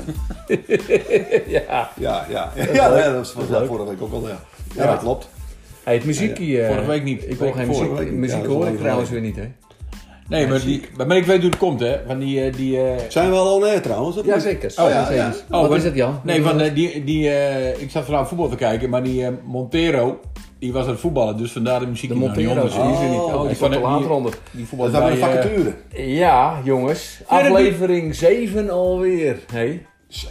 Ja, dat was vorige week ook al. Ja, dat klopt. Hey, het muziekje... Vorige week niet. Ik wil geen muziek hoor ik trouwens weer niet, hè? Nee, maar ik weet hoe het komt, hè. Van die Zijn we al on-air trouwens? Ja, zeker. Wat is het, Jan? Nee, van ik zat vanavond voetbal te kijken, maar die Montero, die was aan het voetballen, dus vandaar de muziek. De Montero's, die is er niet. Oh, die kwam er later onder. Die Dat is dan een vacature. Ja, jongens. Aflevering 7 alweer. Hey.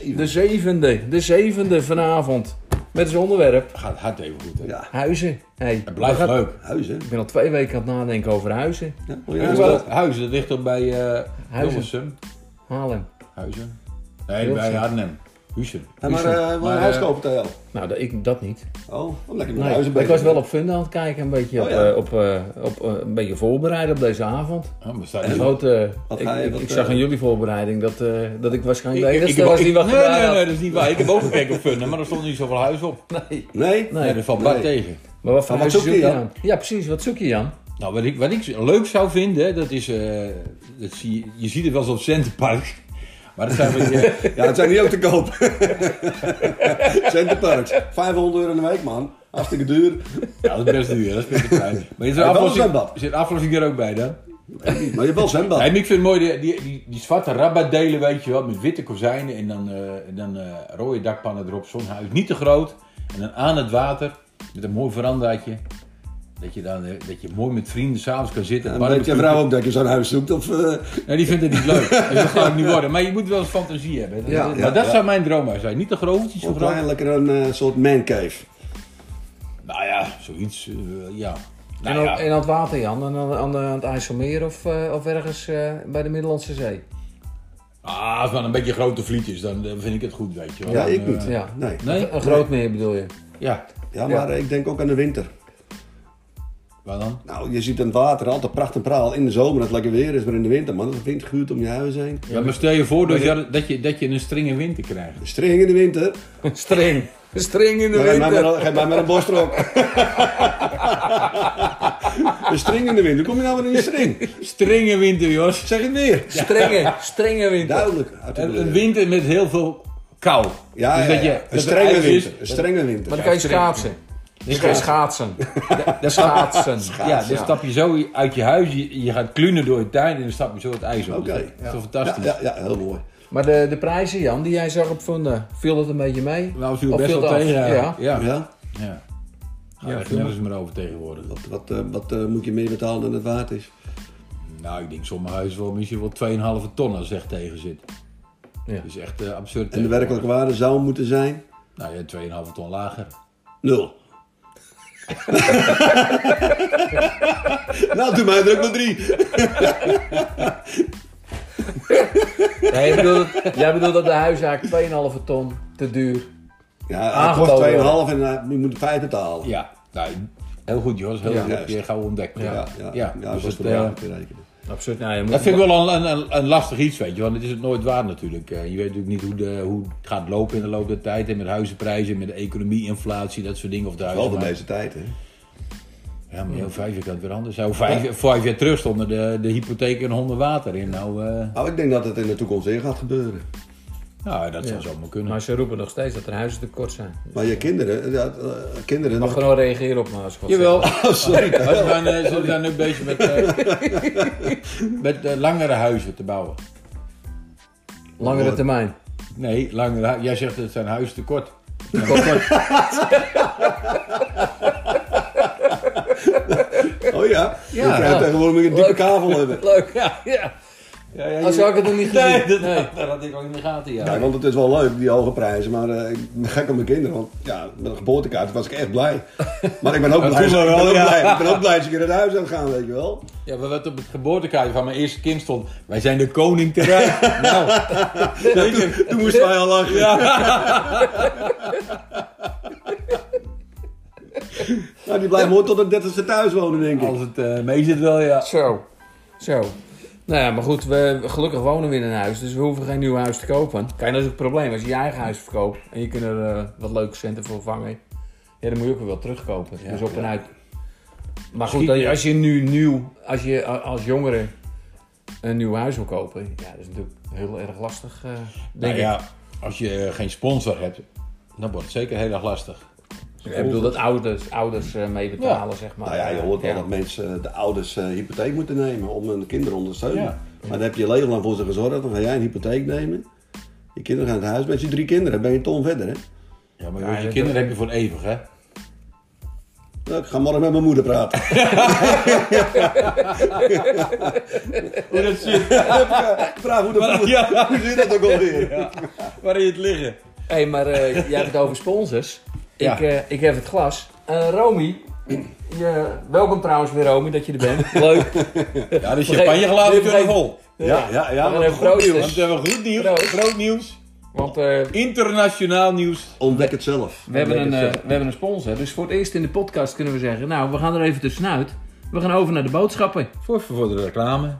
De zevende vanavond. Met als onderwerp. Gaat hard even goed, hè. Ja. Huizen. Hey. Het blijft leuk. Huizen. Ik ben al 2 weken aan het nadenken over huizen. Huizen, dat ligt toch bij Hilversum? Haarlem. Huizen? Nee, bij Arnhem. Huizen. Maar wil je een huis kopen, TL? Nou, dat niet. Oh, lekker met Nee, huizen bezig. ik was wel op Funda aan het kijken, een beetje een beetje voorbereiden op deze avond. Oh, maar staat niet Ik zag aan jullie voorbereiding dat ik waarschijnlijk... Nee, dat is niet waar. Ik heb ook gekeken op Funda, maar er stond niet zoveel huis op. Nee? Nee, dat valt maar tegen. Maar wat voor huis zoek je dan? Ja, precies. Wat zoek je, Jan? Nou, wat ik leuk zou vinden, dat is... je ziet het wel eens op Centerpark. Maar dat zijn ja, het zijn niet ook te koop. Centerparks. €500 in de week, man. Hartstikke duur. Ja, dat is best duur. Dat is best fijn. Maar zit aflossing er ook bij dan? Maar je hebt wel zwembad. Nee, ik vind het mooi, die zwarte rabatdelen, weet je wel, met witte kozijnen en dan rode dakpannen erop. Zo'n huis, niet te groot. En dan aan het water, met een mooi verandaatje. Dat je mooi met vrienden s'avonds kan zitten. En weet je vrouw ook dat je zo'n huis zoekt? Of, Nee, die vindt het niet leuk. Dat gaat ook niet worden. Maar je moet wel eens fantasie hebben. Maar dat zou mijn droomhuis zijn. Niet te groot, niet zo groot. Lekker een soort mancave. Nou ja, zoiets. Ja. En aan het water, Jan? Aan het IJsselmeer of ergens bij de Middellandse Zee? Als het maar een beetje grote vlietjes, dan vind ik het goed, weet je wel. Ja, ik niet. Nee? Een groot meer bedoel je? Ja. Ja, maar ik denk ook aan de winter. Waar dan? Nou, je ziet aan het water altijd pracht en praal. In de zomer dat het lekker weer is, maar in de winter, man, dat het wind guurt om je huis heen. Ja, maar stel je voor dat je een strenge winter krijgt. Streng in de winter. Streng in de winter. Geef mij maar een borstrok. Een string in de winter. Hoe kom je nou met een string? Strenge winter, Jos. Zeg het weer. Strenge winter. Duidelijk. Een winter met heel veel kou. Ja, dus een strenge winter. Een strenge winter. Maar dan kan je schaatsen. Dan kan je schaatsen. Ja, dan stap je zo uit je huis, je gaat klunen door je tuin en dan stap je zo het ijs op. Oké. Dat is toch fantastisch? Ja, heel mooi. Maar de prijzen, Jan, die jij zag op Funda, viel dat een beetje mee? Nou, viel best wel tegen. Ja. Daar hebben ze maar over tegenwoordig. Wat moet je meer betalen dan het waard is? Nou, ik denk sommige huizen wel misschien wel 2,5 ton als het echt tegen zit. Ja. Dat is echt absurd. En de werkelijke waarde zou moeten zijn? Nou ja, 2,5 ton lager. 0. Nou, doe mij er ook nog 3. Nee, jij bedoelt dat de huiszaak 2,5 ton te duur. Ja, het kost 2,5 en je moet 5 betalen. Ja, nou, heel goed, Jos. Heel goed. Heb je gauw ontdekt. Ja, dus dat rekenen. Absurd. Nou, dat vind ik wel een lastig iets, weet je, want het is het nooit waard natuurlijk. Je weet natuurlijk niet hoe het gaat lopen in de loop der tijd. En met huizenprijzen, met de economie, inflatie, dat soort dingen. Of de Wel van deze tijd, hè? Ja, maar 5 jaar kan het weer anders. 5 jaar terug stonden de hypotheken onder water in. Nou, ik denk dat het in de toekomst weer gaat gebeuren. Nou, dat zou zomaar kunnen. Maar ze roepen nog steeds dat er huizen tekort zijn. Maar je kinderen... Je mag gewoon reageren op me als ik wat Jawel. Sorry. Ze zijn nu bezig met langere huizen te bouwen. Langere termijn? Nee, jij zegt het zijn huizen tekort. Oh ja? Je krijgt tegenwoordig een diepe kavel hebben. Leuk, ja. Als zou ik het nog niet gezien. Nee, dat had ik al in de gaten, ja. Want het is wel leuk, die hoge prijzen, maar ik ben gek op mijn kinderen. Want ja, met een geboortekaart was ik echt blij. Maar ik ben ook blij. Ik ben ook blij dat ik in het huis aan gaan, weet je wel. Ja, maar wat op het geboortekaartje van mijn eerste kind stond, wij zijn de koning te rijk. Nou, toen moesten wij al lachen. Ja. Nou, die blijft mooi tot het 30ste thuis wonen, denk ik. Als het mee zit wel, ja. Zo. Nou ja, maar goed, gelukkig wonen we in een huis, dus we hoeven geen nieuw huis te kopen. Kijk, dat is het probleem. Als je je eigen huis verkoopt en je kunt er wat leuke centen voor vangen, ja, dan moet je ook weer wel terugkopen. Ja, dus op en uit. Maar goed, als je als jongere een nieuw huis wil kopen, ja, dat is natuurlijk heel erg lastig, denk ik. als je geen sponsor hebt, dan wordt het zeker heel erg lastig. Ik bedoel dat ouders meebetalen, zeg maar. Nou ja, je hoort wel Ja. dat mensen, de ouders, hypotheek moeten nemen om hun kinderen te ondersteunen. Ja. Maar daar heb je leven lang voor ze gezorgd. Dan ga jij een hypotheek nemen. Je kinderen gaan naar huis. Met je 3 kinderen dan ben je een ton verder, hè? Ja, maar Ja, je dat- kinderen heb je voor eeuwig, hè? Nou, ik ga morgen met mijn moeder praten. Hoe dat zit. Vraag hoe dat Ja. hoe zit dat ook alweer? Ja. Waar je het liggen. Hé, maar jij hebt het over sponsors. Ja. Ik heb het glas. Romy, welkom trouwens weer Romy, dat je er bent. Leuk. Ja, de champagneglazen kunnen vergeet- vol. Ja. We gaan maar even goed proosten. nieuws. Want we hebben goed nieuws. Proost. Groot nieuws. Want Internationaal nieuws. Ontdek het zelf. we hebben een sponsor. Dus voor het eerst in de podcast kunnen we zeggen, nou, we gaan er even tussenuit. We gaan over naar de boodschappen. Voor de reclame.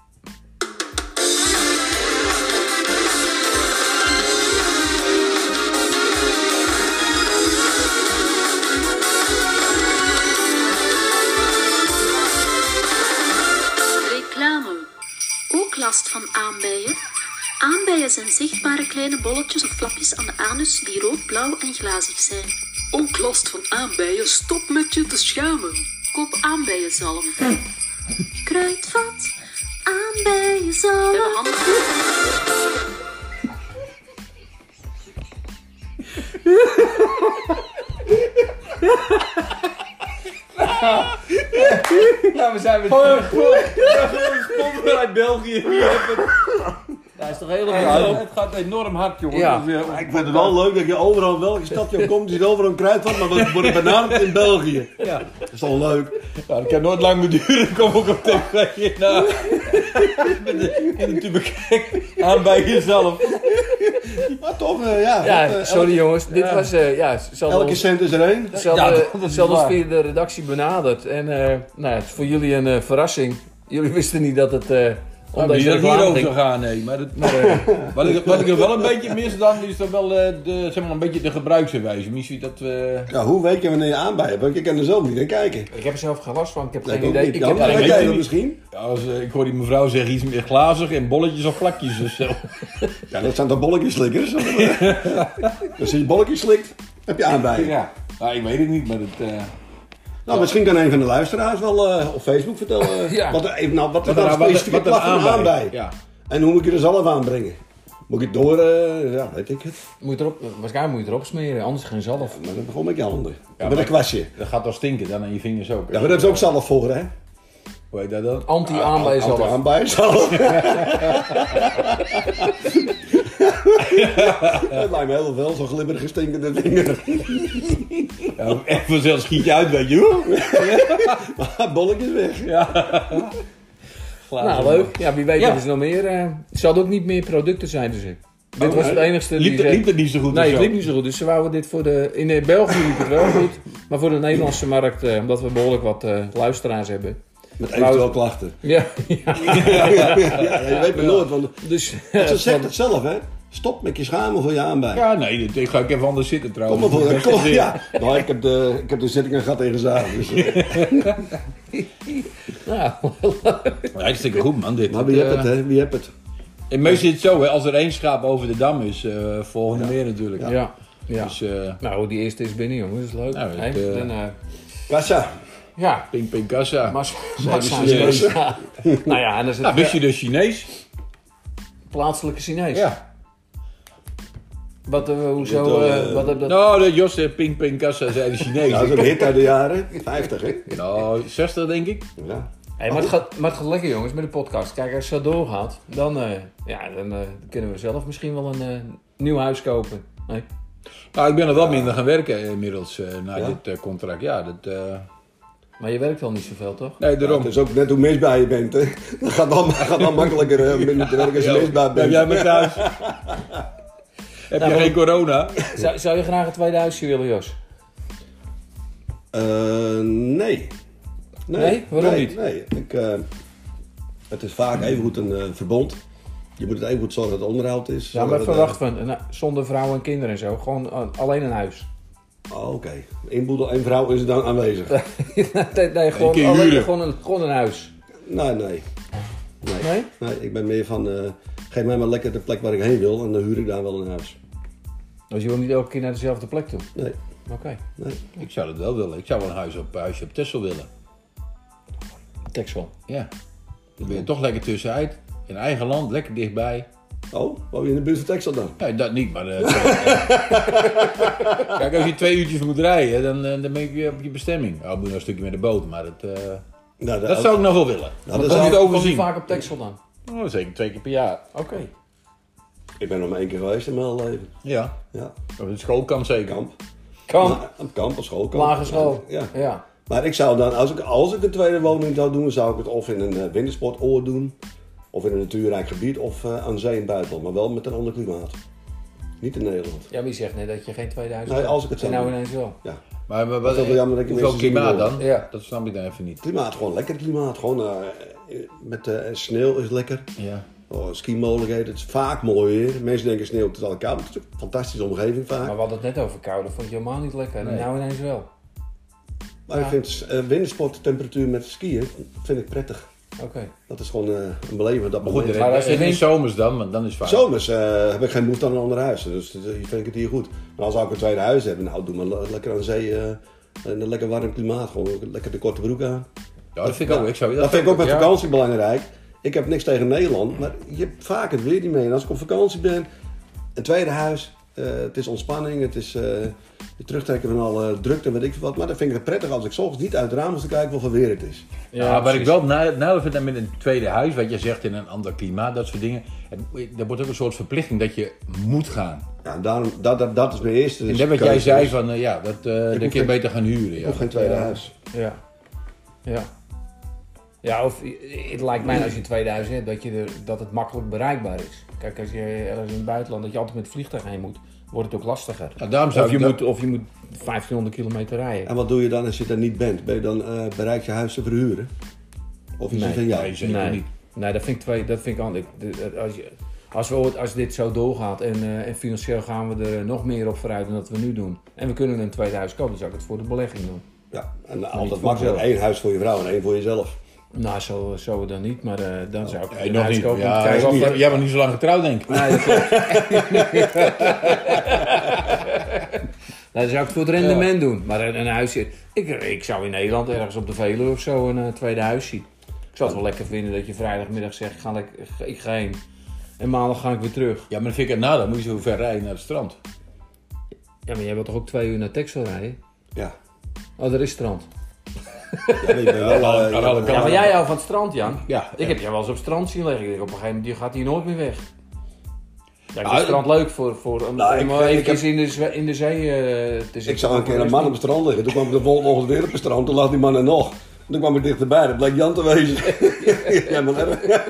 Reclame. Ook last van aanbijen? Aanbijen zijn zichtbare kleine bolletjes of flapjes aan de anus die rood, blauw en glazig zijn. Ook last van aanbijen? Stop met je te schamen. Koop aanbijenzalf. Kruidvat. Aanbijenzalf. We hebben handen. Nou, we zijn weer Sponsor uit België. Dat is toch helemaal Het gaat enorm hard, jongen. Ja. Dus, Ik vind het wel leuk dat je overal, in welke stad je ook komt, je ziet overal een kruidvat, maar we worden benaderd in België. ja. Dat is toch leuk? Nou, dat kan nooit lang meer duren. Ik kom ook op tv. Nou, in de tube aan bij jezelf. Maar toch, ja. Ja, sorry jongens. Dit was, Elke cent is er één. Ze Ja, hadden dat is ze hadden ons waar. via de redactie benaderd. En nou, het is voor jullie een verrassing. Jullie wisten niet dat het om Nou, deze dat reclame hierover ging. zou gaan, nee. Maar wat ik er wel een beetje mis dan, is dan wel zeg maar een beetje de gebruiksaanwijzing. Misschien dat we... Ja, hoe weet je wanneer je aanbij hebt? Want ik kan er zelf niet in kijken. Ik heb er zelf geen last van. Ik heb Nee, geen ik ook idee. niet. Ik Ja, heb maar geen weet weet jij je dat niet. misschien? Ja, als, ik hoor die mevrouw zeggen iets meer glazig en bolletjes of plakjes of zo. Ja, dat zijn toch bolletjeslikkers? Als je je bolletjes slikt, heb je aanbij. Ja, nou, ik weet het niet, maar het... Nou, misschien kan een van de luisteraars wel op Facebook vertellen Ja. wat er nou wat specifieke er klachten aanbij. Ja. En hoe moet je er zelf aanbrengen? Moet ik het door, ja, weet ik het. Waarschijnlijk moet je erop smeren, anders geen zalf. Maar dat begon met je handen. Ja, met een maar- kwastje. Dat gaat wel stinken, dan aan je vingers ook. Ja, maar daar hebben ze ook zalf voor, hè? Ah, Hoe heet dat dan? Anti-aanbij zalf. Aanbij zalf. Het lijkt me heel veel, zo'n glibberige stinkende vinger. Ja, echt vanzelf schiet je uit, weet je. Bolletjes weg. Nou, leuk. Ja, wie weet Ja. hebben ze nog meer. Het zal ook niet meer producten zijn, dus ik. Dit was het enigste. die ze- Liep het niet zo goed? Nee, of het zo? liep niet zo goed. Dus ze wouden dit voor de... In België liep het wel goed. Maar voor de Nederlandse markt, omdat we behoorlijk wat luisteraars hebben. Met eventueel klachten. Ja, ja. Ja, je weet maar nooit, want Dus... ze zegt het zelf, hè? Stop met je schamen voor je aanbij. Ja, nee, ik ga even anders zitten Kom trouwens. maar voor, Best kom, weer. ja. Nou, ik heb de zittingen gehad tegen zagen. Dus, Nou, Ja, hartstikke goed, man, dit. maar wie hebt het, hè? Wie hebt het? En meestal is het zo, hè, als er één schaap over de dam is, volgende meer natuurlijk. ja. Ja. Dus, Nou, die eerste is binnen, jongens. Dat is leuk. Nou, Hè? het, Dan, Kassa. ja. ping ping kassa. Massa Chinees. Ja. Nou ja, en dan is het Nou, wist je dus Chinees? plaatselijke Chinees. Ja. Wat, hoezo, wat heb dat... Nou, de Jos ping ping kassa zei de Chinees. Ja, dat is een hit uit de jaren 50, hè? Nou, 60 denk ik. Ja. Hey, maar het gaat lekker, jongens, met de podcast. Kijk, als het zo doorgaat, dan kunnen we zelf misschien wel een nieuw huis kopen. Nee? Nou, ik ben er wel minder gaan werken inmiddels na Ja? dit contract. Ja, dat... Maar je werkt al niet zoveel, toch? Nee, Ja, daarom. het is ook net hoe misbaar je bent, hè? Dat gaat dan makkelijker minder te werken als je misbaar Heb bent. jij me thuis? Heb je geen corona? Zou je graag een tweede huisje willen, Jos? Nee. Nee? Waarom niet? Nee, het is vaak even goed een verbond. Je moet het even goed zorgen dat het onderhoud is. Ja, maar zodat verwacht van, zonder vrouw en kinderen en zo. Gewoon alleen een huis. Oké. Eén boedel, één vrouw is er dan aanwezig. nee, gewoon, keer alleen, huren. gewoon een huis. Nee. Nee? Nee, ik ben meer van... geef mij maar lekker de plek waar ik heen wil en dan huur ik daar wel een huis. Dus je wil niet elke keer naar dezelfde plek toe? Nee. Oké. Nee. Ik zou het wel willen. Ik zou wel een huisje op Texel willen. Texel. Ja. Dan ben je toch lekker tussenuit. In eigen land, lekker dichtbij. Oh, woon je in de buurt van Texel dan? Ja, dat niet, maar... Kijk, als je 2 uurtjes moet rijden, dan ben je op je bestemming. Oh, moet je een stukje met de boot, maar Nou, dat zou ik nog wel willen. Nou, Dat dat zou zou ik Kom je overzien. vaak op Texel dan? Oh, zeker 2 keer per jaar. Oké. Ik ben nog maar 1 keer geweest in mijn hele leven. Ja. Ja. Op de schoolkamp zeker. Kamp. Kamp. Nou, een kamp, een schoolkamp. Lagere school. Ja. Ja. Maar ik zou dan, als ik een tweede woning zou doen, zou ik het of in een wintersportoord doen. Of in een natuurrijk gebied of aan zee in het buitenland. Maar wel met een ander klimaat. Niet in Nederland. Ja, maar je zegt net dat je geen 2000 Nee, als ik het En zou nou doen. ineens wel. Ja. Maar Dat is wel jammer dat ik hoeveel mensen zie klimaat worden. dan? Ja. Dat snap ik dan even niet. Klimaat, gewoon lekker klimaat. Gewoon met sneeuw is lekker. Ja. Oh, ski-mogelijkheden. Het is vaak mooi weer. Mensen denken sneeuw, het is al koud. Het is een fantastische omgeving vaak. Maar we hadden het net over kou, dat vond je helemaal niet lekker. Nee. En nou ineens wel. Maar ik vind wintersporttemperatuur met skiën vind ik prettig. Oké. Dat is gewoon een beleving van dat Maar goed, moment. Maar als je in de denkt- zomers dan, want dan is het vaak. Zomers heb ik geen behoefte aan een ander huis. Dus hier vind ik het hier goed. Maar als ik een tweede huis heb, nou doe maar lekker aan zee. En een lekker warm klimaat. Gewoon lekker de korte broek aan. Ja, dat vind ik ook. Dat vind ik ook met ja. vakantie belangrijk. Ik heb niks tegen Nederland, maar je hebt vaak het weer niet mee. En als ik op vakantie ben, een tweede huis, het is ontspanning, het is je terugtrekken van alle drukte en weet ik veel wat. Maar dan vind ik het prettig als ik 's ochtends niet uit het raam moet kijken wat voor weer het is. Ja, wat ik wel nadeel vind met een tweede huis, wat je zegt in een ander klimaat, dat soort dingen. Er wordt ook een soort verplichting dat je moet gaan. Ja, en daarom, dat is mijn eerste En dat wat jij keuze. zei van, dat kun je geen- beter gaan huren. Ik Ja. hoef geen tweede huis. Ja. Ja. Ja, of het lijkt mij als je een tweede huis hebt, dat het makkelijk bereikbaar is. Kijk, als je ergens in het buitenland, dat je altijd met het vliegtuig heen moet, wordt het ook lastiger. Nou, daarom zou Of je moet 1500 kilometer rijden. En wat doe je dan als je er niet bent? Ben je dan bereid je huis te verhuren? Of is Nee. het van jou? Nee, zeker Nee, niet. nee, dat vind ik anders. Als dit zo doorgaat en financieel gaan we er nog meer op vooruit dan dat we nu doen. En we kunnen een tweede huis kopen, dan zou ik het voor de belegging doen. Ja, en niet altijd voor makkelijk. mezelf. 1 huis voor je vrouw en 1 voor jezelf. Nou, zo dan niet, maar dan zou ik Nee, een nog huis niet. kopen om te Ja, kijken of er- jij bent niet zo lang getrouwd, denk ik. Nee, dat klopt. Nou, dan zou ik het voor het rendement doen. Maar een huisje... Ik zou in Nederland ergens op de Veluwe of zo een tweede huis zien. Ik zou het wel lekker vinden dat je vrijdagmiddag zegt, ik ga heen. En maandag ga ik weer terug. Ja, maar dan vind ik het nadeel. Moet je zo ver rijden naar het strand. Ja, maar jij wilt toch ook 2 uur naar Texel rijden? Ja. Oh, er is strand. Ja, ik ben wel, aan alle kanten. Ja, maar jij houdt van het strand, Jan. Ja. Ik heb jou wel eens op het strand zien liggen. Ik denk op een gegeven moment, je gaat hier nooit meer weg. Ja, ik vind Nou, het strand leuk om Nou, om ik eventjes in de zee te zitten. Ik zag een keer een man op het strand liggen. Toen kwam ik de volgende ochtend weer op het strand. Toen lag die man er nog. Toen kwam ik dichterbij. Dat bleek Jan te wezen. Ja, man,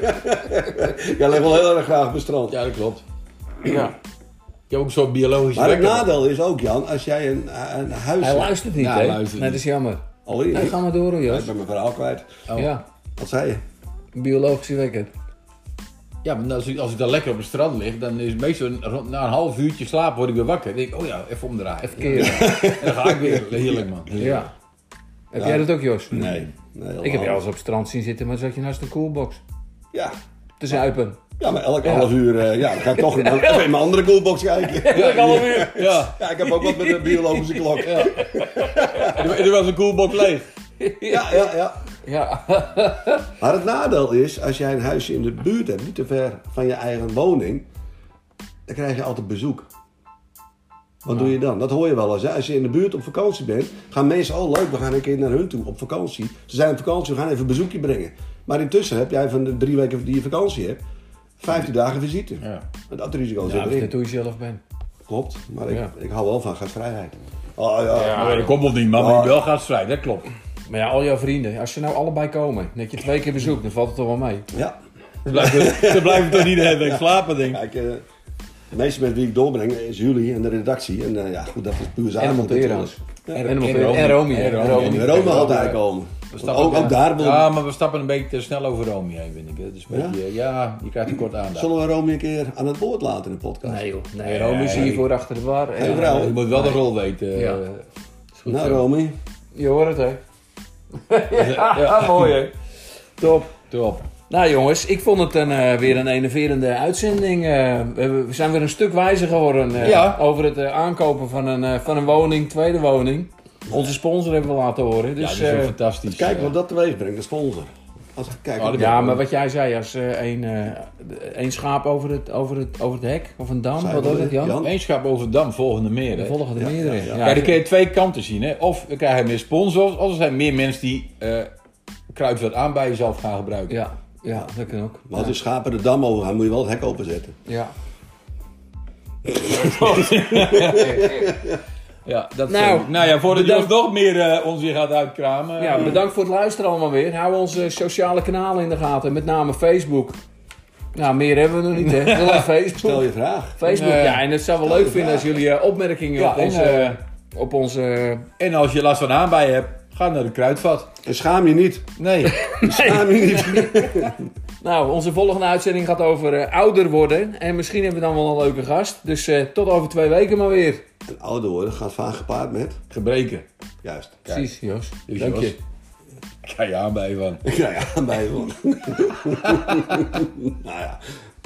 jij ligt wel heel erg graag op het strand. Ja, dat klopt. Ja. Je hebt ook een soort biologische Maar het wekker. nadeel is ook, Jan, als jij een huis Hij hebt. luistert niet, Ja, hè? hij luistert Nee, dat is jammer. Alweer? Nee, ga maar door, hoor, Ja, Jos. ik ben mijn verhaal kwijt. Oh. Ja, Wat zei je? biologische wekker. Ja, maar als ik dan lekker op het strand lig, dan is het meestal na een half uurtje slapen word ik weer wakker. Dan denk ik, oh ja, even omdraaien. Even keren. En dan ga ik weer. Heerlijk, man. Ja. Heb Ja. jij dat ook, Jos? Nee. Ik heb jou eens op het strand zien zitten, maar zat je naast een coolbox. Ja. Te zuipen. Ja, maar elke half uur dan ga ik toch even in mijn andere coolbox kijken. Elke half uur. Ja. Ja, ik heb ook wat met de biologische klok. Ja, En er was een coolbox leeg. ja. Ja. Maar het nadeel is, als jij een huisje in de buurt hebt, niet te ver van je eigen woning, dan krijg je altijd bezoek. Wat doe je dan? Dat hoor je wel eens. Hè? Als je in de buurt op vakantie bent, gaan mensen, oh leuk, we gaan een keer naar hun toe op vakantie. Ze zijn op vakantie, we gaan even een bezoekje brengen. Maar intussen heb jij van de 3 weken die je vakantie hebt, 15 dagen visite. Ja. En dat risico Ja, zit dat is erin. net hoe je zelf bent. Klopt, maar Ja. ik hou wel van gastvrijheid. Oh ja, Ja. Maar dat komt wel niet, man. Maar je wel gaat vrij, dat klopt. Maar ja, al jouw vrienden, als ze nou allebei komen, net je 2 keer bezoekt, dan valt het toch wel mee. ja. Ze blijven toch niet de hele week slapen, denk ik. Kijk, de meeste met wie ik doorbreng is jullie en de redactie. En ja, goed, dat is puur En de zakelijk monteraars. natuurlijk. En de monteraars. En Romy. hè. En Rome altijd komen. Ook daar wil Ja, maar we stappen een beetje te snel over Romy heen, vind ik. Dat is een Ja? beetje, je krijgt een kort aandacht. Zullen we Romy een keer aan het woord laten in de podcast? Nee joh, nee, Romy is hier voor achter de bar. Hey, vrouw. Je moet wel de rol weten. Ja. Is goed Nou zo. Romy, Je hoort het hè? Ja, mooi hè. Top. Top. Nou jongens, ik vond het weer een enerverende uitzending. We zijn weer een stuk wijzer geworden over het aankopen van een woning, tweede woning. Onze sponsor hebben we laten horen. Dus, dat is ook fantastisch. Kijk wat dat teweeg brengt, de sponsor. Maar wat jij zei, als één schaap over het hek of een dam, wat was het Jan? Eén schaap over de dam, volgende meer. Er volgen er meerdere. Ja, dan kun je twee kanten zien. Hè? Of we krijgen meer sponsors, of er zijn meer mensen die Kruidvat aan bij jezelf gaan gebruiken. Ja, dat kan ook. Maar als de schapen de dam over gaan, moet je wel het hek openzetten. Ja. Ja, dat voordat je ons nog meer onzin gaat uitkramen. Ja, bedankt voor het luisteren allemaal weer. Hou onze sociale kanalen in de gaten, met name Facebook. Nou, meer hebben we nog niet, hè? Facebook. Stel je vraag. Facebook, en het zou wel leuk vinden als jullie opmerkingen op onze... En als je last van aanbijen hebt, ga naar de Kruidvat. En schaam je niet. Nee. Schaam je niet. Nou, onze volgende uitzending gaat over ouder worden. En misschien hebben we dan wel een leuke gast. Dus tot over 2 weken maar weer. En ouder worden gaat vaak gepaard met gebreken. Juist. Precies, Jos. Dus Dank je. Ik ga je aanbijen van. Ik krijg aanbijen van. Nou ja.